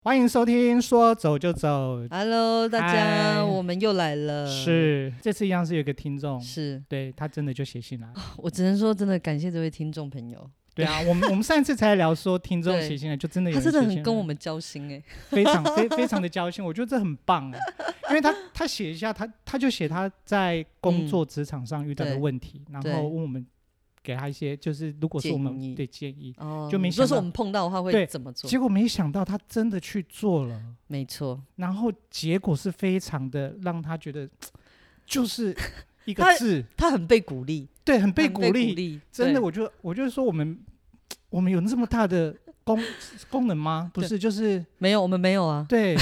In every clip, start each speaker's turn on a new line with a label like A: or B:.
A: 欢迎收听说走就走。
B: Hello， 大家，我们又来了。
A: 是，这次一样是有一个听众，
B: 是
A: 对，他真的就写信来。
B: 我只能说真的感谢这位听众朋友。
A: 对啊，我们上一次才聊说听众写信来，就真的有人
B: 他真的
A: 写信来，
B: 很跟我们交心
A: 非常的交心，我觉得这很棒因为他写一下，他就写他在工作职场上遇到的问题，然后问我们给他一些，就是如果是我们的建议，就没想到，
B: 如果是我们碰到的话会怎么做？
A: 结果没想到他真的去做了，
B: 没错。
A: 然后结果是非常的让他觉得，就是一个字，
B: 他很被鼓励，
A: 对，很被鼓励，真的，我就说我们有这么大的功能吗？不是，就是
B: 没有，我们没有啊。
A: 对，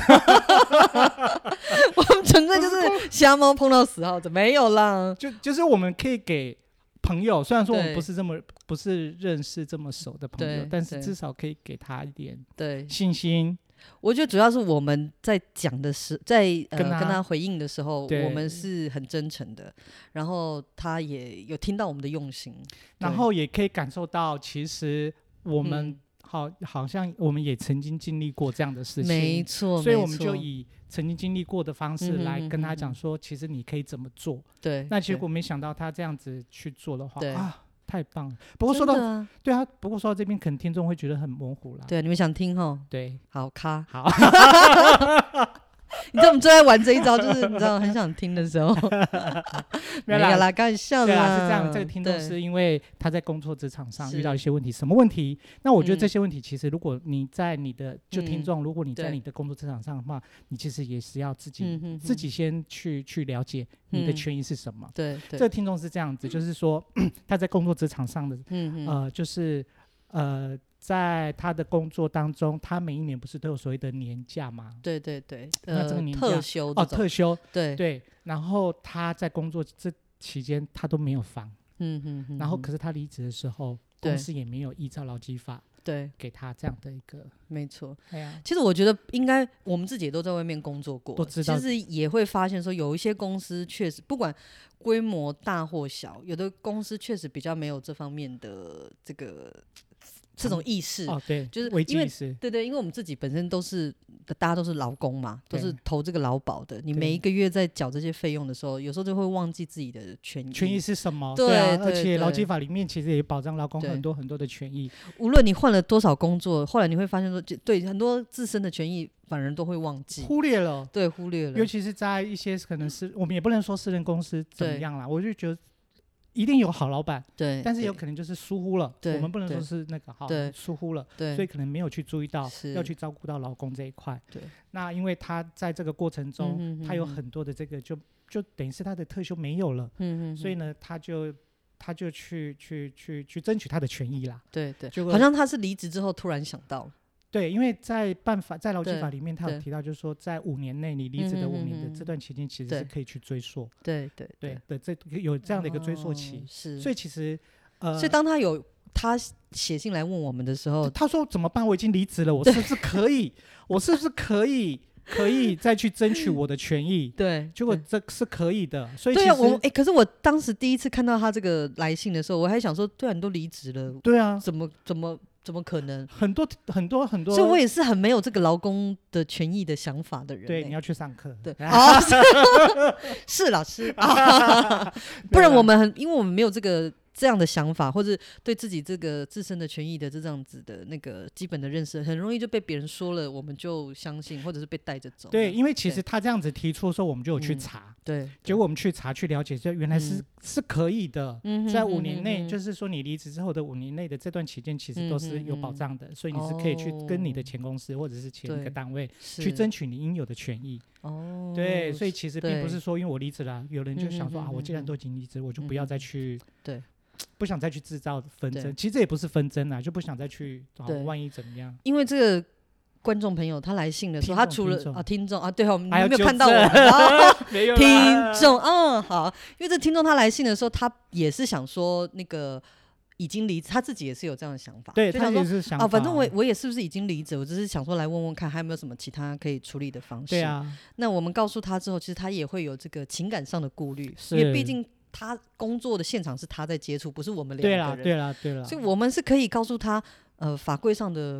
B: 我们纯粹就是瞎猫碰到死耗子，没有啦。
A: 就是我们可以给朋友，虽然说我们不是认识这么熟的朋友，但是至少可以给他一点信心。
B: 我觉得主要是我们在讲的时，跟他回应的时候，我们是很真诚的，然后他也有听到我们的用心，
A: 然后也可以感受到，其实我们好像我们也曾经经历过这样的事情，
B: 没错，
A: 所以我们就以曾经经历过的方式来跟他讲说，其实你可以怎么做。
B: 对，
A: 那结果没想到他这样子去做的话，太棒了。不过说到对啊，不过说到这边，可能听众会觉得很模糊啦。
B: 对，你们想听齁？
A: 对，
B: 好咔
A: 好。
B: 你知道我们最爱玩这一招，就是你知道很想听的时候，没有啦，开玩笑的。
A: 对啊，是这样。这个听众是因为他在工作职场上遇到一些问题，什么问题？那我觉得这些问题，其实如果你在你的听众，如果你在你的工作职场上的话，你其实也是要自己先去了解你的权益是什么。
B: 对，
A: 这个听众是这样子，就是说他在工作职场上的，就是在他的工作当中，他每一年不是都有所谓的年假吗？
B: 对，
A: 那这个年假
B: 特休
A: 特休，
B: 对。
A: 然后他在工作这期间他都没有放，然后可是他离职的时候，公司也没有依照劳基法给他这样的一个，
B: 没错。
A: 其
B: 实我觉得应该我们自己也都在外面工作过，
A: 都知道，
B: 其实也会发现说，有一些公司确实不管规模大或小，有的公司确实比较没有这方面的这种意识，
A: 对，
B: 就是
A: 危机意识，
B: 对，因为我们自己本身大家都是劳工嘛，都是投这个劳保的，你每一个月在缴这些费用的时候，有时候就会忘记自己的权益
A: 是什么，
B: 对
A: 啊，而且劳基法里面其实也保障劳工很多很多的权益，
B: 无论你换了多少工作，后来你会发现说，对很多自身的权益反而都会忘记，
A: 忽略了，尤其是在一些可能是我们也不能说私人公司怎么样啦，我就觉得一定有好老板，
B: 对，
A: 但是有可能就是疏忽了，我们不能说是那个疏忽了，所以可能没有去注意到要去照顾到劳工这一块。
B: 对，
A: 那因为他在这个过程中，他有很多的这个就等于是他的特休没有了，所以呢，他就去争取他的权益啦。
B: 对，好像他是离职之后突然想到了。
A: 对，因为在劳基法里面，他有提到，就是说，在5年内你离职的5年的这段期间，其实是可以去追溯。对，有这样的一个追溯期。
B: 是，
A: 所以其实，
B: 所以当他写信来问我们的时候，
A: 他说怎么办？我已经离职了，我是不是可以？我是不是可以再去争取我的权益？对，结果这是可以的。所以其实
B: 可是我当时第一次看到他这个来信的时候，我还想说，对啊，你都离职了，
A: 对啊，
B: 怎么可能？
A: 很多，
B: 所以我也是很没有这个劳工的权益的想法的人。
A: 对，你要去上课。
B: 对，是老师，不然因为我们没有这样的想法，或者对自己这个自身的权益的这样子的那个基本的认识，很容易就被别人说了，我们就相信，或者是被带着走。
A: 对，因为其实他这样子提出的时候，我们就有去查，对，结果我们去查去了解，就原来是可以的，在5年内，就是说你离职之后的5年内的这段期间，其实都是有保障的，所以你是可以去跟你的前公司或者是前一个单位去争取你应有的权益。对，所以其实并不是说因为我离职了，有人就想说我既然都已经离职，我就不要再去不想再去制造纷争，其实这也不是纷争啦，就不想再去万一怎么样。
B: 因为这个观众朋友他来信的时候，他除了听众对，我们没有看到
A: 没有
B: 听众，好，因为这听众他来信的时候，他也是想说那个已经离职，他自己也是有这样的想法，
A: 对，他也是想法
B: 反正我也是不是已经离职，我只是想说来问问看还有没有什么其他可以处理的方式。
A: 对啊，
B: 那我们告诉他之后，其实他也会有这个情感上的顾虑，因为毕竟他工作的现场是他在接触，不是我们两个人。
A: 对啦，
B: 所以我们是可以告诉他，法规上的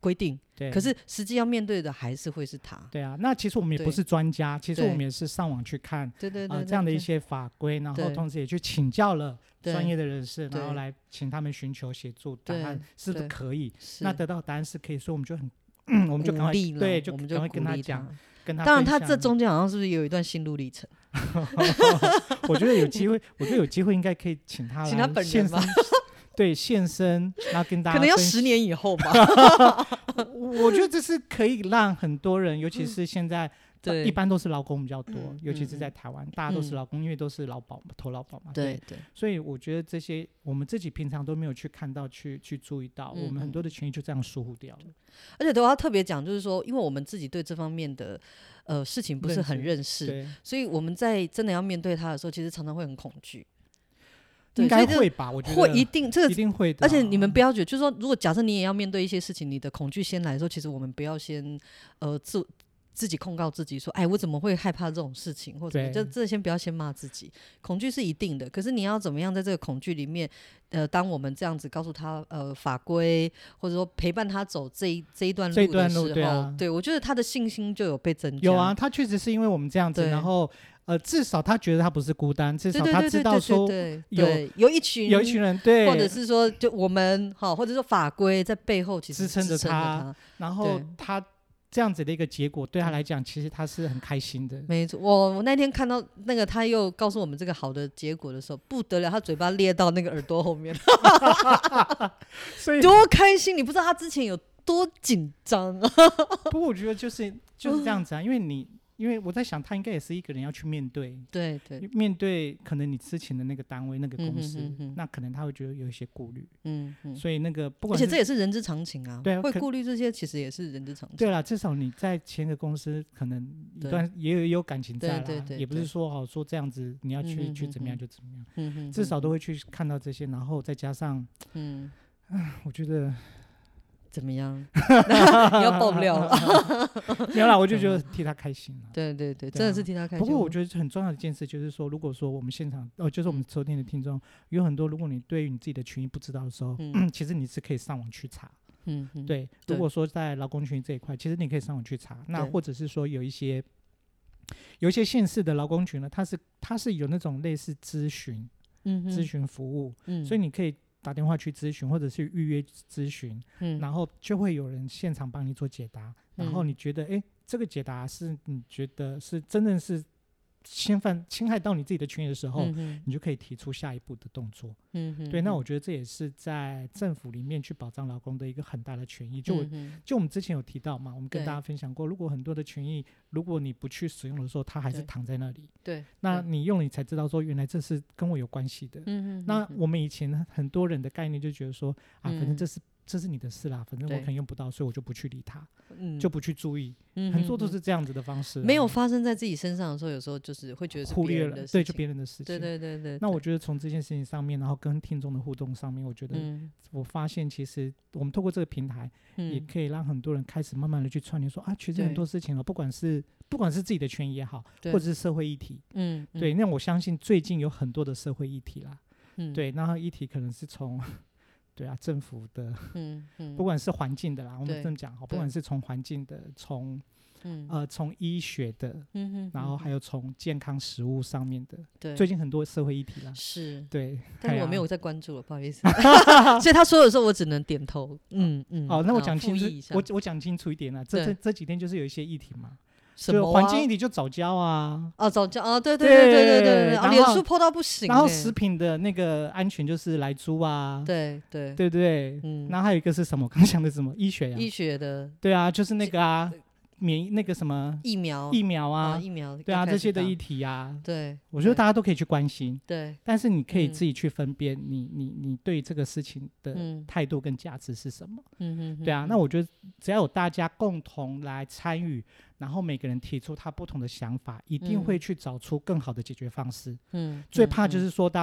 B: 规定，可是实际要面对的还是会是他。
A: 对啊，那其实我们也不是专家，其实我们也是上网去看这样的一些法规，然后同时也去请教了专业的人士，然后来请他们寻求协助，答案是不是可以？那得到答案是可以，所以我们就我们就赶快对，就赶快跟他讲，跟他。
B: 当然，他这中间好像是不是也有一段心路历程？
A: 我觉得有机会应该可以请他
B: 本人吗？
A: 对，现身，然后跟大家
B: 可能要10年以后吧。
A: 我觉得这是可以让很多人，尤其是现在一般都是劳工比较多，尤其是在台湾，大家都是劳工，因为都是劳保投劳保嘛。对，所以我觉得这些我们自己平常都没有去看到、去注意到，我们很多的权益就这样疏忽掉了。
B: 而且我要特别讲，就是说，因为我们自己对这方面的事情不是很认识，所以我们在真的要面对它的时候，其实常常会很恐惧。
A: 应该会吧，我觉得
B: 会一定
A: 会的。
B: 而且你们不要觉得，就是说，如果假设你也要面对一些事情，你的恐惧先来的时候，其实我们不要先自己控告自己说，哎，我怎么会害怕这种事情，或者这先不要先骂自己。恐惧是一定的，可是你要怎么样在这个恐惧里面，当我们这样子告诉他法规，或者说陪伴他走这一段路的时候，对，我觉得他的信心就有被增加。
A: 有啊，他确实是因为我们这样子，然后。至少他觉得他不是孤单，至少他知道说
B: 有一群
A: 人，对，
B: 或者是说就我们或者说法规在背后其实
A: 支撑着他，然后他这样子的一个结果对他来讲，其实他是很开心的。
B: 没错，我那天看到那个他又告诉我们这个好的结果的时候，不得了，他嘴巴裂到那个耳朵后面，所以多开心！你不知道他之前有多紧张啊。
A: 不过我觉得就是这样子啊，因为我在想，他应该也是一个人要去面对，
B: 对，
A: 面对可能你之前的那个单位、那个公司，那可能他会觉得有一些顾虑，所以那个不管，
B: 而且这也是人之常情啊，
A: 对，
B: 会顾虑这些，其实也是人之常情。
A: 对啦，至少你在前个公司可能一段也有感情在啦，也不是说说这样子你要去怎么样就怎么样，至少都会去看到这些，然后再加上，我觉得。
B: 怎么样？你要爆料了？
A: 没有啦，我就觉得替他开心了。
B: 对，真的是替他开心。
A: 不过我觉得很重要的一件事就是说，如果说我们现场就是我们收听的听众有很多，如果你对于你自己的权益不知道的时候，其实你是可以上网去查。对。如果说在劳工权益这一块，其实你可以上网去查。那或者是说有一些县市的劳工局呢，它是有那种类似咨询服务，所以你可以打电话去咨询，或者是预约咨询，然后就会有人现场帮你做解答，然后你觉得这个解答是你觉得是真正是侵害到你自己的权益的时候，你就可以提出下一步的动作。对，那我觉得这也是在政府里面去保障劳工的一个很大的权益。就我们之前有提到嘛，我们跟大家分享过，如果很多的权益，如果你不去使用的时候，它还是躺在那里。
B: 对，
A: 那你用了，你才知道说原来这是跟我有关系的。那我们以前很多人的概念就觉得说反正这是你的事啦，反正我可能用不到，所以我就不去理它，就不去注意。很多都是这样子的方式，
B: 没有发生在自己身上的时候，有时候就是会觉得是
A: 忽略了，对，就别人的事情。
B: 对。
A: 那我觉得从这件事情上面，然后跟听众的互动上面，我觉得我发现其实我们透过这个平台，也可以让很多人开始慢慢的去串联，说其实很多事情不管是自己的权益也好，或者是社会议题，对，那我相信最近有很多的社会议题啦，对，然后议题可能是从对啊，政府的，不管是环境的啦，我们这么讲好，不管是从环境的，从医学的，然后还有从健康食物上面的，对，最近很多社会议题啦，
B: 是，
A: 对，
B: 但是我没有在关注了，不好意思，所以他说的时候我只能点头，
A: 好，那我讲清楚，我讲清楚一点啦，这几天就是有一些议题嘛。就环境议题就早教啊，
B: 早教对，脸书泼到不行，
A: 然后食品的那个安全就是莱猪啊，
B: 对，
A: 然后还有一个是什么？我刚想的是什么？医学
B: 的，
A: 对啊，就是那个啊。那个什么
B: 疫苗
A: 啊，对啊，这些的议题啊，
B: 对，
A: 我觉得大家都可以去关心，
B: 对，
A: 但是你可以自己去分辨你对这个事情的态度跟价值是什么，对啊，那我觉得只要有大家共同来参与，然后每个人提出他不同的想法，一定会去找出更好的解决方式。最怕就是说大家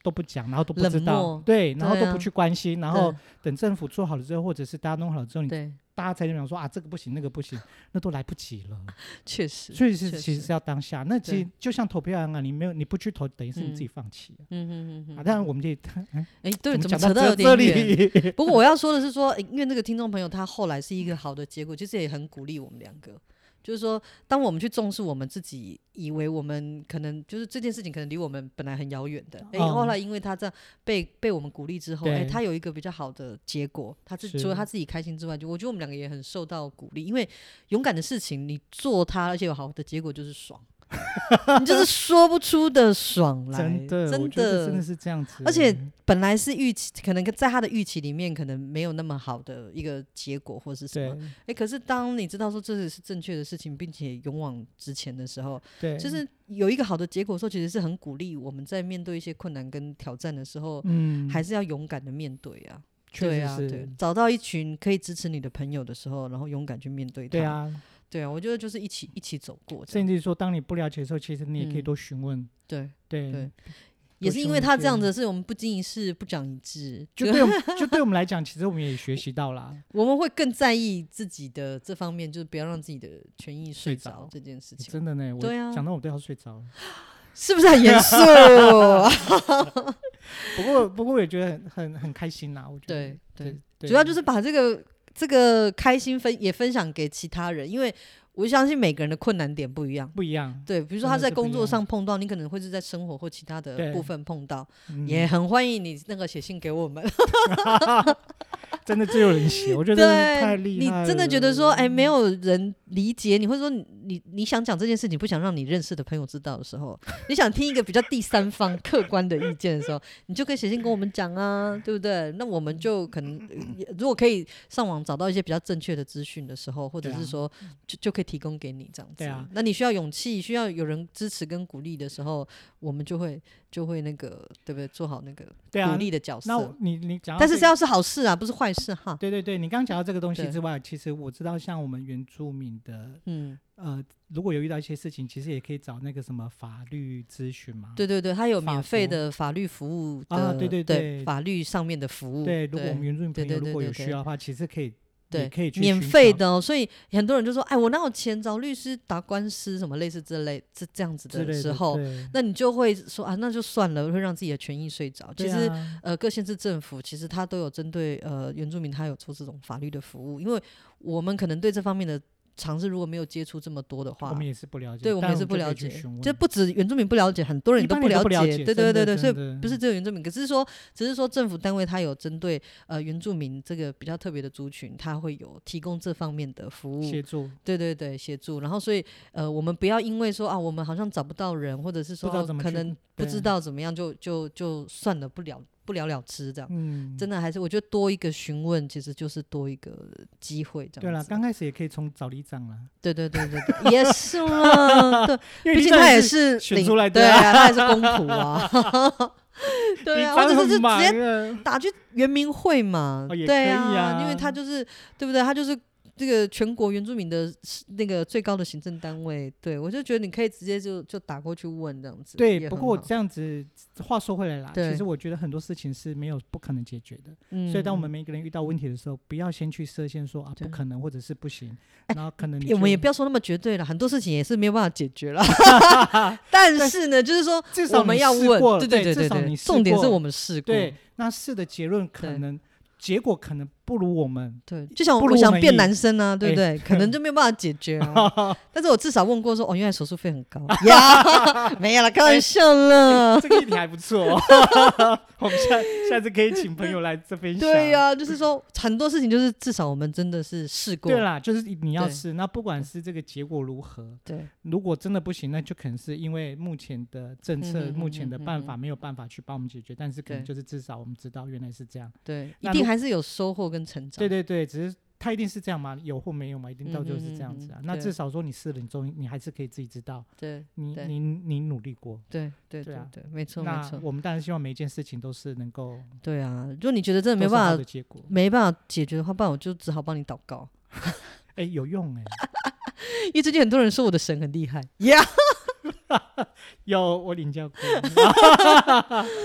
A: 都不讲，然后都不知道，对，然后都不去关心，然后等政府做好了之后，或者是大家弄好了之后，大家才讲说啊，这个不行，那个不行，那都来不及了。
B: 确实，
A: 所以其实是要当下。那其实就像投票一样啊，你不去投，等于是你自己放弃。当然我们对，
B: 怎么扯到有点远？不过我要说的是说，因为那个听众朋友他后来是一个好的结果，其实也很鼓励我们两个。就是说，当我们去重视我们自己以为我们可能就是这件事情可能离我们本来很遥远的，后来因为他这样被我们鼓励之后，他有一个比较好的结果，除了他自己开心之外，我觉得我们两个也很受到鼓励，因为勇敢的事情你做它，而且有好的结果就是爽。你就是说不出的爽来，
A: 真的是这样子。
B: 而且本来是预期，可能在他的预期里面，可能没有那么好的一个结果或是什么。可是当你知道说这是正确的事情，并且勇往直前的时候，就是有一个好的结果的时候，其实是很鼓励我们在面对一些困难跟挑战的时候，还是要勇敢的面对啊。对啊，对，找到一群可以支持你的朋友的时候，然后勇敢去面对它。对啊，我觉得就是一起走过。
A: 甚至说，当你不了解的时候，其实你也可以多询问。
B: 对，也是因为他这样子，是我们不经一事不长一智。
A: 就对我们来讲，其实我们也学习到了。
B: 我们会更在意自己的这方面，就是不要让自己的权益睡着这件事情。
A: 真的呢，对啊，讲到我都要睡着了，
B: 是不是很严肃？
A: 不过我也觉得很开心啦。我觉得对，
B: 主要就是把这个开心也分享给其他人，因为我相信每个人的困难点不一样。对，比如说他在工作上碰到，你可能会是在生活或其他的部分碰到，也很欢迎你那个写信给我们。
A: 真的只有人写，我觉得太厉害了。
B: 你真的觉得说，没有人理解你，或者说你想讲这件事情，不想让你认识的朋友知道的时候，你想听一个比较第三方客观的意见的时候，你就可以写信跟我们讲啊，对不对？那我们就可能如果可以上网找到一些比较正确的资讯的时候，或者是说就可以提供给你这样子。那你需要勇气，需要有人支持跟鼓励的时候，我们就会那个，对不对？做好那个鼓励的角色。
A: 那你讲，
B: 但是要是好事啊，不是坏事哈。
A: 对，你刚刚讲到这个东西之外，其实我知道，像我们原住民的，如果有遇到一些事情，其实也可以找那个什么法律咨询嘛。
B: 对，他有免费的法律服务的，
A: 对，
B: 法律上面的服务。
A: 对，如果我们原住民朋友如果有需要的话，其实可以。
B: 对，
A: 可以去
B: 免费的所以很多人就说，我哪有钱找律师打官司什么类似这样子的时候，那你就会说那就算了，会让自己的权益睡着。其实各县市政府其实他都有针对原住民，他有做这种法律的服务，因为我们可能对这方面的尝试如果没有接触这么多的话，
A: 我们也是不了解。
B: 对，我们也是不了解，就不止原住民不了解，很多人都不了解。对，所以不是只有原住民，只是说政府单位它有针对原住民这个比较特别的族群，它会有提供这方面的服务
A: 协助。
B: 对，协助。然后所以我们不要因为说我们好像找不到人，或者是说可能不知道怎么样就算了不了了之这样。真的还是我觉得多一个询问，其实就是多一个机会这样子。
A: 对啦，刚开始也可以从找里长啦。
B: 对，也是啦。对，毕竟他也是
A: 选出来的，
B: 对啊，他也是公仆啊。对啊，或者是直接打去原民会嘛。对啊，因为他就是对不对？他就是这个全国原住民的那个最高的行政单位。对，我就觉得你可以直接就打过去问这样子。
A: 对，不过这样子话说回来啦，其实我觉得很多事情是没有不可能解决的。所以当我们每一个人遇到问题的时候，不要先去设限说不可能或者是不行，然后可能
B: 我们也不要说那么绝对了，很多事情也是没有办法解决了。但是呢，就是说我们要问，对，
A: 至少你试过，
B: 重点是我们试过。
A: 对，那试的结论结果可能不如我们。
B: 对，就像我想变男生啊，对不对？可能就没有办法解决啊。但是我至少问过说，原来手术费很高呀。没有了，开玩笑了。
A: 这个议题还不错。我们下次可以请朋友来这边想。
B: 对呀，就是说很多事情就是至少我们真的是试过。
A: 对啦，就是你要试，那不管是这个结果如何，
B: 对，
A: 如果真的不行，那就可能是因为目前的政策、目前的办法没有办法去帮我们解决，但是可能就是至少我们知道原来是这样。
B: 对，一定还是有收获跟成长。
A: 对，只是它一定是这样吗？有或没有嘛？一定到最后是这样子啊。那至少说你试了，你还是可以自己知道。
B: 对，
A: 你努力过。
B: 对，没错。
A: 那我们当然希望每一件事情都是能够。
B: 对啊，如果你觉得真的没办法解决的话，不然我就只好帮你祷告。
A: 有用
B: 因为最近很多人说我的神很厉害呀。
A: 有我领教过。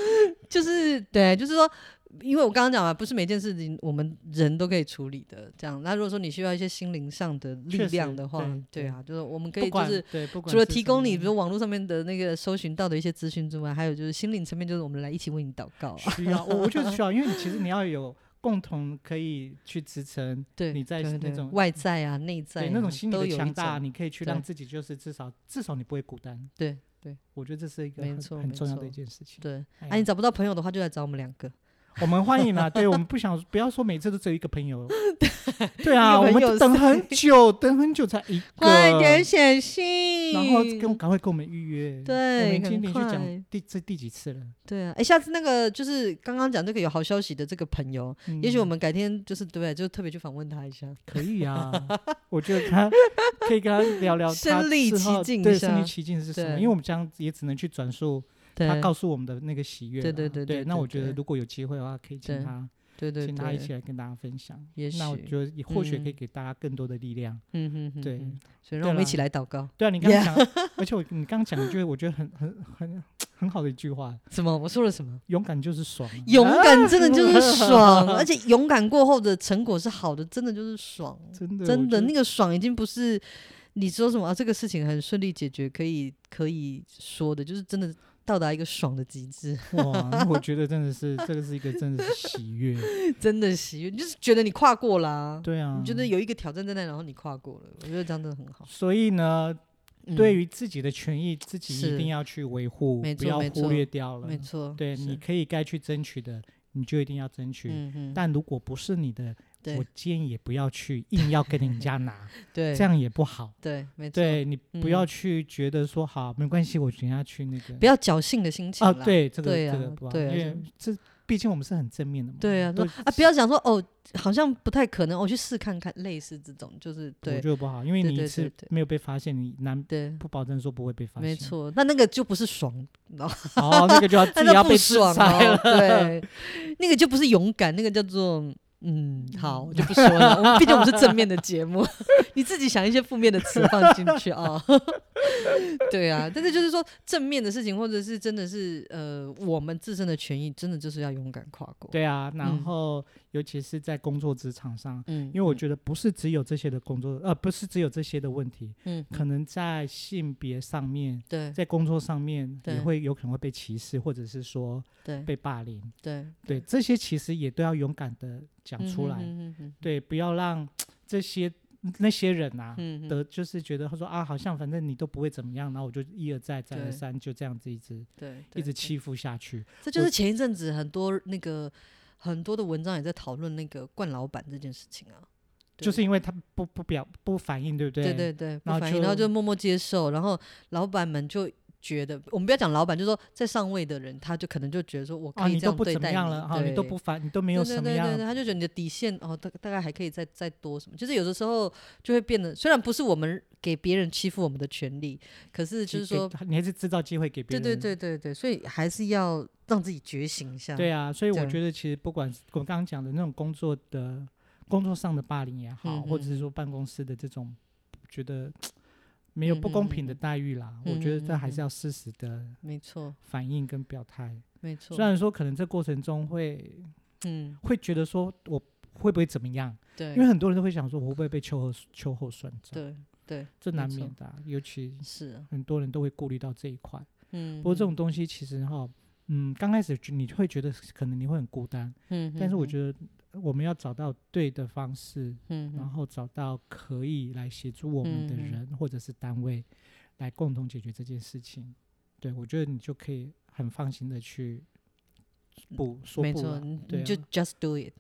B: 就是对，就是说。因为我刚刚讲嘛，不是每件事情我们人都可以处理的，这样。那如果说你需要一些心灵上的力量的话，对啊，就是我们可以就是除了提供你比如网络上面的那个搜寻到的一些资讯之外，还有就是心灵层面，就是我们来一起为你祷告。
A: 需要，我觉得需要，因为其实你要有共同可以去支撑你在那种
B: 外在啊、内在
A: 那种心理的强大，你可以去让自己就是至少你不会孤单。
B: 对，
A: 我觉得这是一个很重要的一件事情。
B: 对，你找不到朋友的话，就来找我们2个。
A: 我们欢迎啦，对，我们不要说每次都只有一个朋友，对啊，我们等很久才一个，
B: 快点写信，
A: 然后赶快跟我们预约。
B: 对，
A: 我们已经连续讲第几次了。
B: 对啊，下次那个就是刚刚讲这个有好消息的这个朋友，也许我们改天就是对不对，就特别去访问他一下。
A: 可以啊，我觉得他可以跟他聊聊他
B: 身临其境一下，
A: 对，身临其境是什么？因为我们这样也只能去转述他告诉我们的那个喜悦。对，那我觉得如果有机会的话，可以请他，请他一起来跟大家分享。那我觉得或许可以给大家更多的力量。对，
B: 所以让我们一起来祷告。
A: 对啊，你刚刚讲，而且你刚刚讲的，我觉得很好的一句话。
B: 什么？我说了什么？
A: 勇敢就是爽。
B: 勇敢真的就是爽，而且勇敢过后的成果是好的，真的就是爽。真的那个爽已经不是你说什么这个事情很顺利解决可以说的，就是真的到达一个爽的极致。
A: 哇，那我觉得真的是这个是一个真的是喜悦，
B: 真的喜悦，你就是觉得你跨过啦。
A: 对啊，
B: 你觉得有一个挑战在那，然后你跨过了，我觉得这样真的很好。
A: 所以呢，对于自己的权益，自己一定要去维护，不要忽略掉了。
B: 没错，
A: 对，你可以该去争取的，你就一定要争取。但如果不是你的，我建议也不要去硬要跟人家拿，
B: 对，
A: 这样也不好。
B: 对，没错。
A: 对，你不要去觉得说好没关系，我等下去那个，
B: 不要侥幸的心情啦。
A: 对，这个不好，因为这毕竟我们是很正面的嘛。
B: 对啊，不要想说好像不太可能，我去试看看，类似这种就是对，
A: 我觉得不好，因为你一次没有被发现，你不保证说不会被发现。
B: 没错，那个就不是爽，
A: 那个就要自己要被制裁了。
B: 对，那个就不是勇敢，那个叫做。好，我就不说了。毕竟我们是正面的节目，你自己想一些负面的词放进去啊。对啊，但是就是说正面的事情，或者是真的是我们自身的权益，真的就是要勇敢跨过。
A: 对啊，然后尤其是在工作职场上，因为我觉得不是只有这些的工作，不是只有这些的问题，可能在性别上面，在工作上面也会有可能会被歧视，或者是说被霸凌。对，这些其实也都要勇敢的讲出来。对，不要让那些人就是觉得他说好像反正你都不会怎么样，然后我就一而再再而三就这样子一直欺负下去。
B: 这就是前一阵子很多的文章也在讨论那个惯老板这件事情啊，
A: 就是因为他不反应，对不对？
B: 对，不反应，然后就默默接受，然后老板们就觉得，我们不要讲老板，就是说在上位的人，他就可能就觉得说我可以这样对待
A: 你都不烦，你都没有什么样，
B: 对，他就觉得你的底线大概还可以再多什么，就是有的时候就会变得，虽然不是我们给别人欺负我们的权利，可是就是说
A: 你还是制造机会给别人。
B: 对，所以还是要让自己觉醒一下。
A: 对啊，所以我觉得其实不管我刚刚讲的那种工作上的霸凌也好，或者是说办公室的这种觉得没有不公平的待遇啦，我觉得这还是要适时的反应跟表态。
B: 没错，
A: 虽然说可能这过程中会觉得说我会不会怎么样，因为很多人都会想说我会不会被秋后算账。
B: 对，
A: 这难免的尤其
B: 是
A: 很多人都会顾虑到这一块。不过这种东西其实刚开始你会觉得可能你会很孤单，但是我觉得我们要找到对的方式，然后找到可以来协助我们的人或者是单位来共同解决这件事情。对，我觉得你就可以很放心的去说不，
B: 没错，你就 just do it。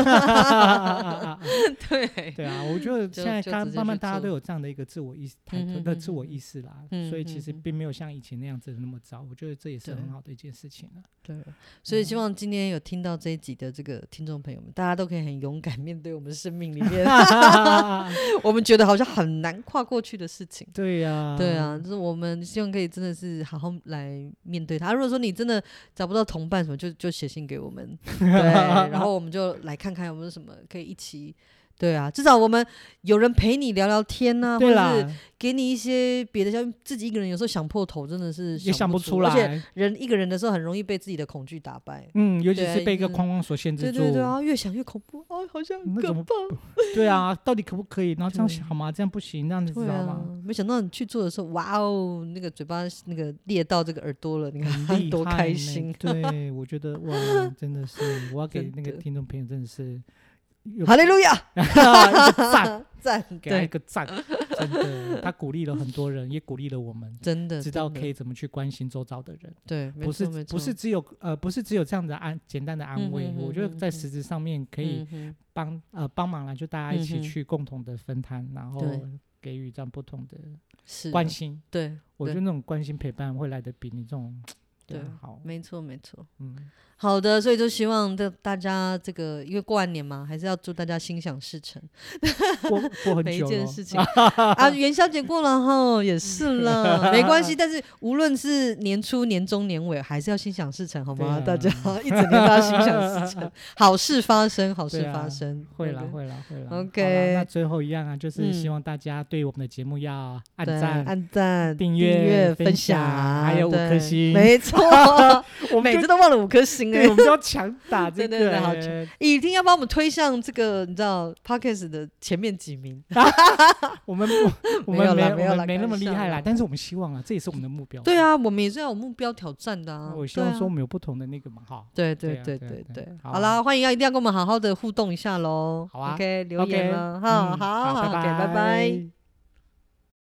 A: 对啊，我觉得现在慢慢大家都有这样的一个自我意识啦，所以其实并没有像以前那样子那么糟，我觉得这也是很好的一件事情了。
B: 对，所以希望今天有听到这一集的这个听众朋友们，大家都可以很勇敢面对我们生命里面我们觉得好像很难跨过去的事情。对啊，就是我们希望可以真的是好好来面对它。如果说你真的找不到同伴什么，就写信给我们，对，然后我们就来看看有没有什么可以一起对啊，至少我们有人陪你聊聊天啊，或者是给你一些别的消息。自己一个人有时候想破头，真的是
A: 也想不出来。
B: 而且一个人的时候很容易被自己的恐惧打败。
A: 尤其是被一个框框所限制住。
B: 对啊，越想越恐怖啊，好像很可怕。
A: 对啊，到底可不可以？然后这样想好吗？这样不行，这样子知道吗？
B: 没想到你去做的时候，哇哦，那个嘴巴那个裂到这个耳朵了，你看多开心。
A: 对，我觉得哇，真的是，我要给那个听众朋友真的是。
B: 哈利路亚，
A: 赞，给他一个赞，真的，他鼓励了很多人，也鼓励了我们，
B: 真的
A: 知道可以怎么去关心周遭的人。
B: 对，
A: 不是只有这样的简单的安慰，我觉得在实质上面可以帮忙啦，就大家一起去共同的分摊，然后给予这样不同的关心。
B: 对，
A: 我觉得那种关心陪伴会来得比你这种
B: 对
A: 好，
B: 没错，好的，所以就希望大家这个，因为过完年嘛，还是要祝大家心想事成。
A: 过很久
B: 每一件事情啊，元宵节过了哈，也是了，没关系。但是无论是年初、年中、年尾，还是要心想事成，好吗？大家一整年都要心想事成，好事发生，好事发生。
A: 会啦。
B: OK，
A: 那最后一样啊，就是希望大家对我们的节目要
B: 按赞、
A: 订阅、
B: 分享，
A: 还有5颗星。
B: 没错，我每次都忘了5颗星。
A: 对，我们就要强打这个，
B: 对，好，一定要把我们推向这个，你知道 Podcast 的前面几名。
A: 我们没那么厉害啦，但是我们希望啊，这也是我们的目标。
B: 对啊，我们也是要有目标挑战的啊。
A: 我希望说我们有不同的那个嘛，哈。
B: 对。好啦，欢迎一定要跟我们好好的互动一下喽。
A: 好啊
B: ，OK， 留言了，好，OK，拜拜。